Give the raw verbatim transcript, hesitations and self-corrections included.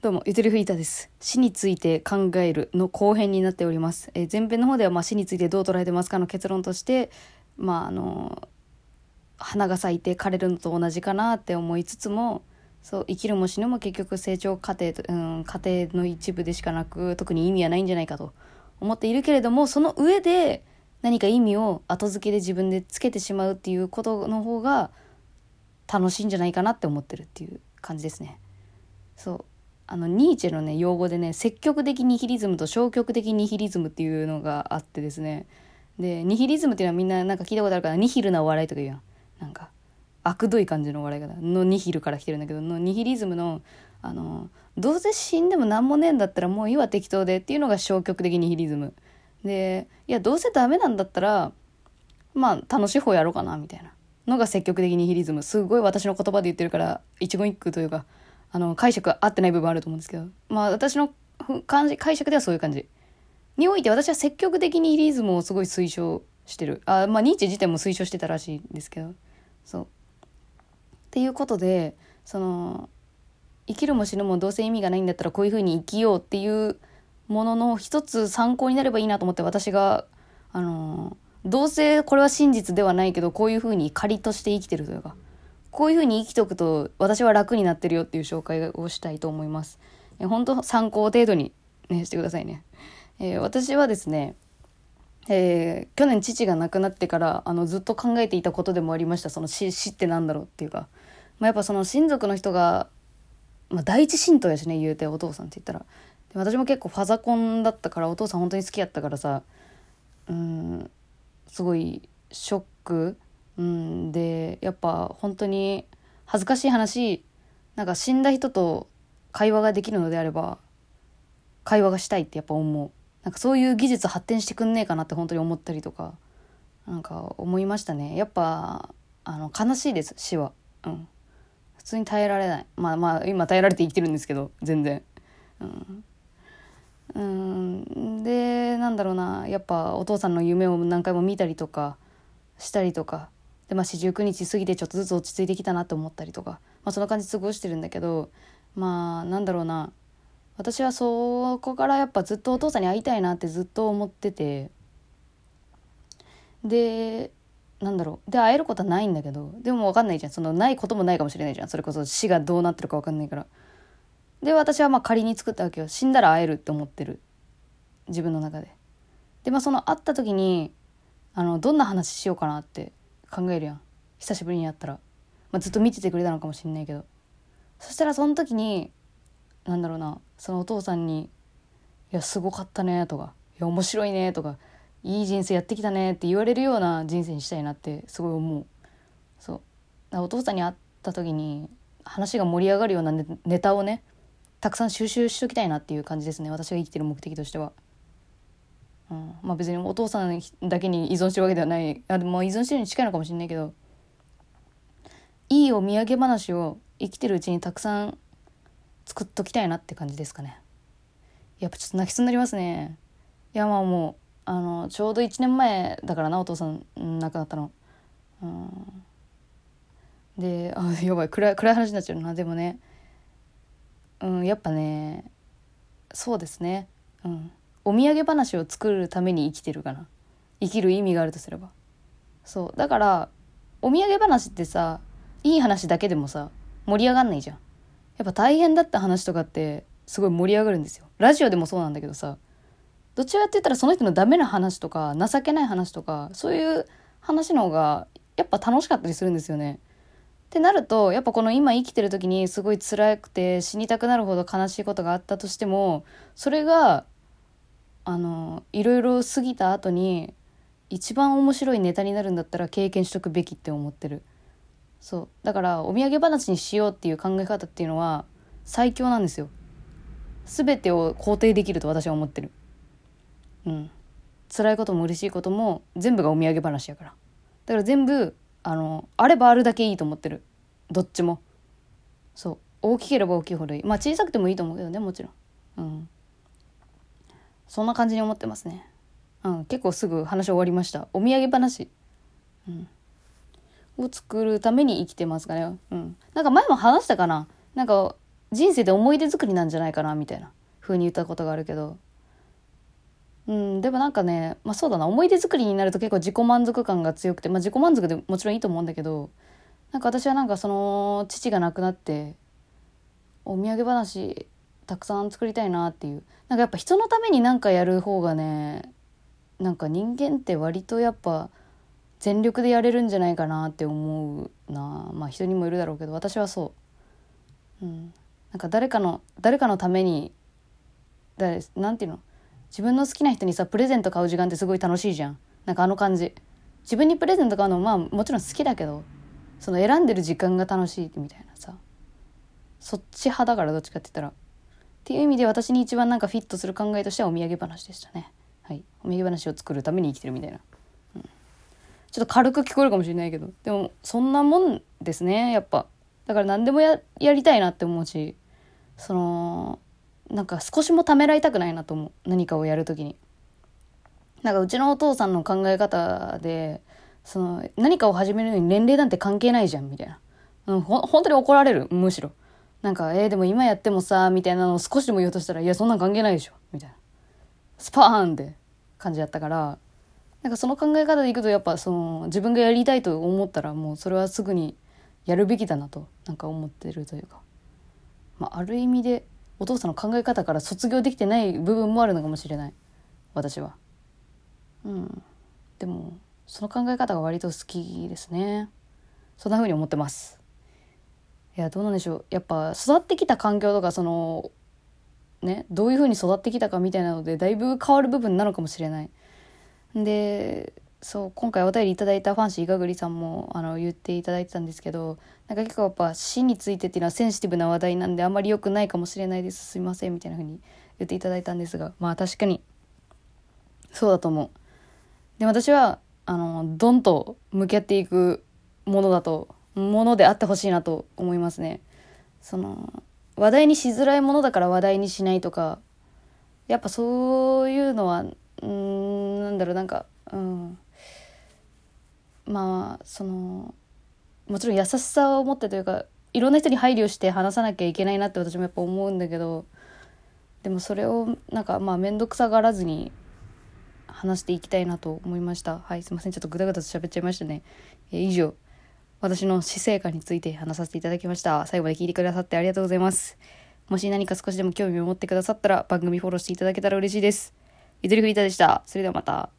どうも、ゆとりフリーターです。死について考えるの後編になっております。えー、前編の方ではまあ死についてどう捉えてますかの結論として、まああの花が咲いて枯れるのと同じかなって思いつつも、そう生きるも死ぬも結局成長過程、うん、過程の一部でしかなく、特に意味はないんじゃないかと思っているけれども、その上で何か意味を後付けで自分でつけてしまうっていうことの方が楽しいんじゃないかなって思ってるっていう感じですね。そうあのニーチェのね用語でね、積極的ニヒリズムと消極的ニヒリズムっていうのがあってですね、でニヒリズムっていうのはみんななんか聞いたことあるから、ニヒルな笑いとか言うやん、なんか悪どい感じの笑い方のニヒルから来てるんだけど、のニヒリズムのあのどうせ死んでも何もねえんだったらもういいわ適当でっていうのが消極的ニヒリズムで、いやどうせダメなんだったらまあ楽しい方やろうかなみたいなのが積極的ニヒリズム。すごい私の言葉で言ってるから一言一句というかあの解釈合ってない部分あると思うんですけど、まあ私の感じ解釈ではそういう感じにおいて、私は積極的ニヒリズムをすごい推奨してる。あ、まあニーチェ自体も推奨してたらしいんですけど、そうっていうことで、その生きるも死ぬもどうせ意味がないんだったらこういう風に生きようっていうものの一つ参考になればいいなと思って、私があのどうせこれは真実ではないけどこういう風に仮として生きてるというか、こういう風に生きておくと私は楽になってるよっていう紹介をしたいと思います。え本当参考程度に、ね、してくださいね。えー、私はですね、えー、去年父が亡くなってからあのずっと考えていたことでもありました。その 死, 死ってなんだろうっていうか、まあ、やっぱその親族の人が、まあ、第一神道やしね、言うてお父さんって言ったら。で私も結構ファザコンだったから、お父さん本当に好きやったからさ、うーんすごいショック、うん、でやっぱ本当に恥ずかしい話、なんか死んだ人と会話ができるのであれば会話がしたいってやっぱ思う。なんかそういう技術発展してくんねえかなって本当に思ったりとか、なんか思いましたね。やっぱあの悲しいです、死は。うん普通に耐えられない。まあまあ今耐えられて生きてるんですけど全然。うんうんでなんだろうな、やっぱお父さんの夢を何回も見たりとかしたりとかで、まあ四十九日過ぎてちょっとずつ落ち着いてきたなと思ったりとか、まあそんな感じで過ごしてるんだけど、まあなんだろうな、私はそこからやっぱずっとお父さんに会いたいなってずっと思ってて、でなんだろうで会えることはないんだけど、でも分かんないじゃん、そのないこともないかもしれないじゃん、それこそ死がどうなってるか分かんないから。で私はまあ仮に作ったわけよ、死んだら会えるって思ってる自分の中で。でまあその会った時にあのどんな話しようかなって考えるやん、久しぶりに会ったら。まあ、ずっと見ててくれたのかもしんないけど、そしたらその時になんだろうな、そのお父さんに「いやすごかったね」とか「いや面白いね」とか「いい人生やってきたね」って言われるような人生にしたいなってすごい思う。そうだからお父さんに会った時に話が盛り上がるような ネ, ネタをねたくさん収集しときたいなっていう感じですね、私が生きてる目的としては。うん、まあ別にお父さんだけに依存してるわけではない、あでも依存してるに近いのかもしれないけど、いいお土産話を生きてるうちにたくさん作っときたいなって感じですかね。やっぱちょっと泣きそうになりますね。いやまあもうあのちょうどいちねんまえだからな、お父さん亡くなったの。うんであやばい暗い暗い話になっちゃうな。でもね、うんやっぱねそうですね、うんお土産話を作るために生きてるかな、生きる意味があるとすれば。そうだからお土産話ってさ、いい話だけでもさ盛り上がんないじゃん。やっぱ大変だった話とかってすごい盛り上がるんですよ。ラジオでもそうなんだけどさ、どちらかって言ったらその人のダメな話とか情けない話とかそういう話の方がやっぱ楽しかったりするんですよね。ってなるとやっぱこの今生きてる時にすごい辛くて死にたくなるほど悲しいことがあったとしても、それがあのいろいろ過ぎた後に一番面白いネタになるんだったら経験しとくべきって思ってる。そうだからお土産話にしようっていう考え方っていうのは最強なんですよ。全てを肯定できると私は思ってる。うん辛いことも嬉しいことも全部がお土産話やから、だから全部あのあればあるだけいいと思ってる、どっちも。そう大きければ大きいほどいい、まあ小さくてもいいと思うけどね、もちろん。うんそんな感じに思ってますね。うん、結構すぐ話終わりました。お土産話、うん、を作るために生きてますかね。うん、なんか前も話したかな。なんか人生で思い出作りなんじゃないかなみたいな風に言ったことがあるけど、うん、でもなんかね、まあそうだな、思い出作りになると結構自己満足感が強くて、まあ自己満足でもちろんいいと思うんだけど、なんか私はなんかその父が亡くなってお土産話たくさん作りたいなっていう、なんかやっぱ人のために何かやる方がね、なんか人間って割とやっぱ全力でやれるんじゃないかなって思うな。まあ人にもいるだろうけど私はそう、うん、なんか誰かの誰かのために、誰なんていうの、自分の好きな人にさプレゼント買う時間ってすごい楽しいじゃん。なんかあの感じ、自分にプレゼント買うのもまあもちろん好きだけど、その選んでる時間が楽しいみたいなさ、そっち派だから、どっちかって言ったらっていう意味で私に一番なんかフィットする考えとしてはお土産話でしたね。はい、お土産話を作るために生きてるみたいな、うん、ちょっと軽く聞こえるかもしれないけど、でもそんなもんですねやっぱ。だから何でも や, やりたいなって思うし、そのなんか少しもためらいたくないなと思う、何かをやるときに。なんかうちのお父さんの考え方で、その何かを始めるのに年齢なんて関係ないじゃんみたいな、うん、ほ本当に怒られる。むしろなんかえー、でも今やってもさみたいなのを少しでも言おうとしたら、いやそんなん関係ないでしょみたいな、スパーンって感じだったから、なんかその考え方でいくとやっぱその自分がやりたいと思ったらもうそれはすぐにやるべきだなとなんか思ってるというか、まあ、ある意味でお父さんの考え方から卒業できてない部分もあるのかもしれない私は。うん、でもその考え方が割と好きですね。そんな風に思ってます。いやどうなんでしょう、やっぱ育ってきた環境とかそのね、どういう風に育ってきたかみたいなのでだいぶ変わる部分なのかもしれない。でそう今回お便りいただいたファンシーがぐりさんもあの言っていただいてたんですけど、なんか結構やっぱ死についてっていうのはセンシティブな話題なんであんまり良くないかもしれないです、すいませんみたいな風に言っていただいたんですが、まあ確かにそうだと思う。で私はあのドンと向き合っていくものだとものであってほしいなと思いますね。その話題にしづらいものだから話題にしないとか、やっぱそういうのはうーんなんだろう、なんかうんまあそのもちろん優しさを持ってというかいろんな人に配慮して話さなきゃいけないなって私もやっぱ思うんだけど、でもそれをなんかまあ面倒くさがらずに話していきたいなと思いました。はい、すいません、ちょっとグダグダと喋っちゃいましたね。えー、以上私の死生観について話させていただきました。最後まで聞いてくださってありがとうございます。もし何か少しでも興味を持ってくださったら番組フォローしていただけたら嬉しいです。ゆとりフリーターでした。それではまた。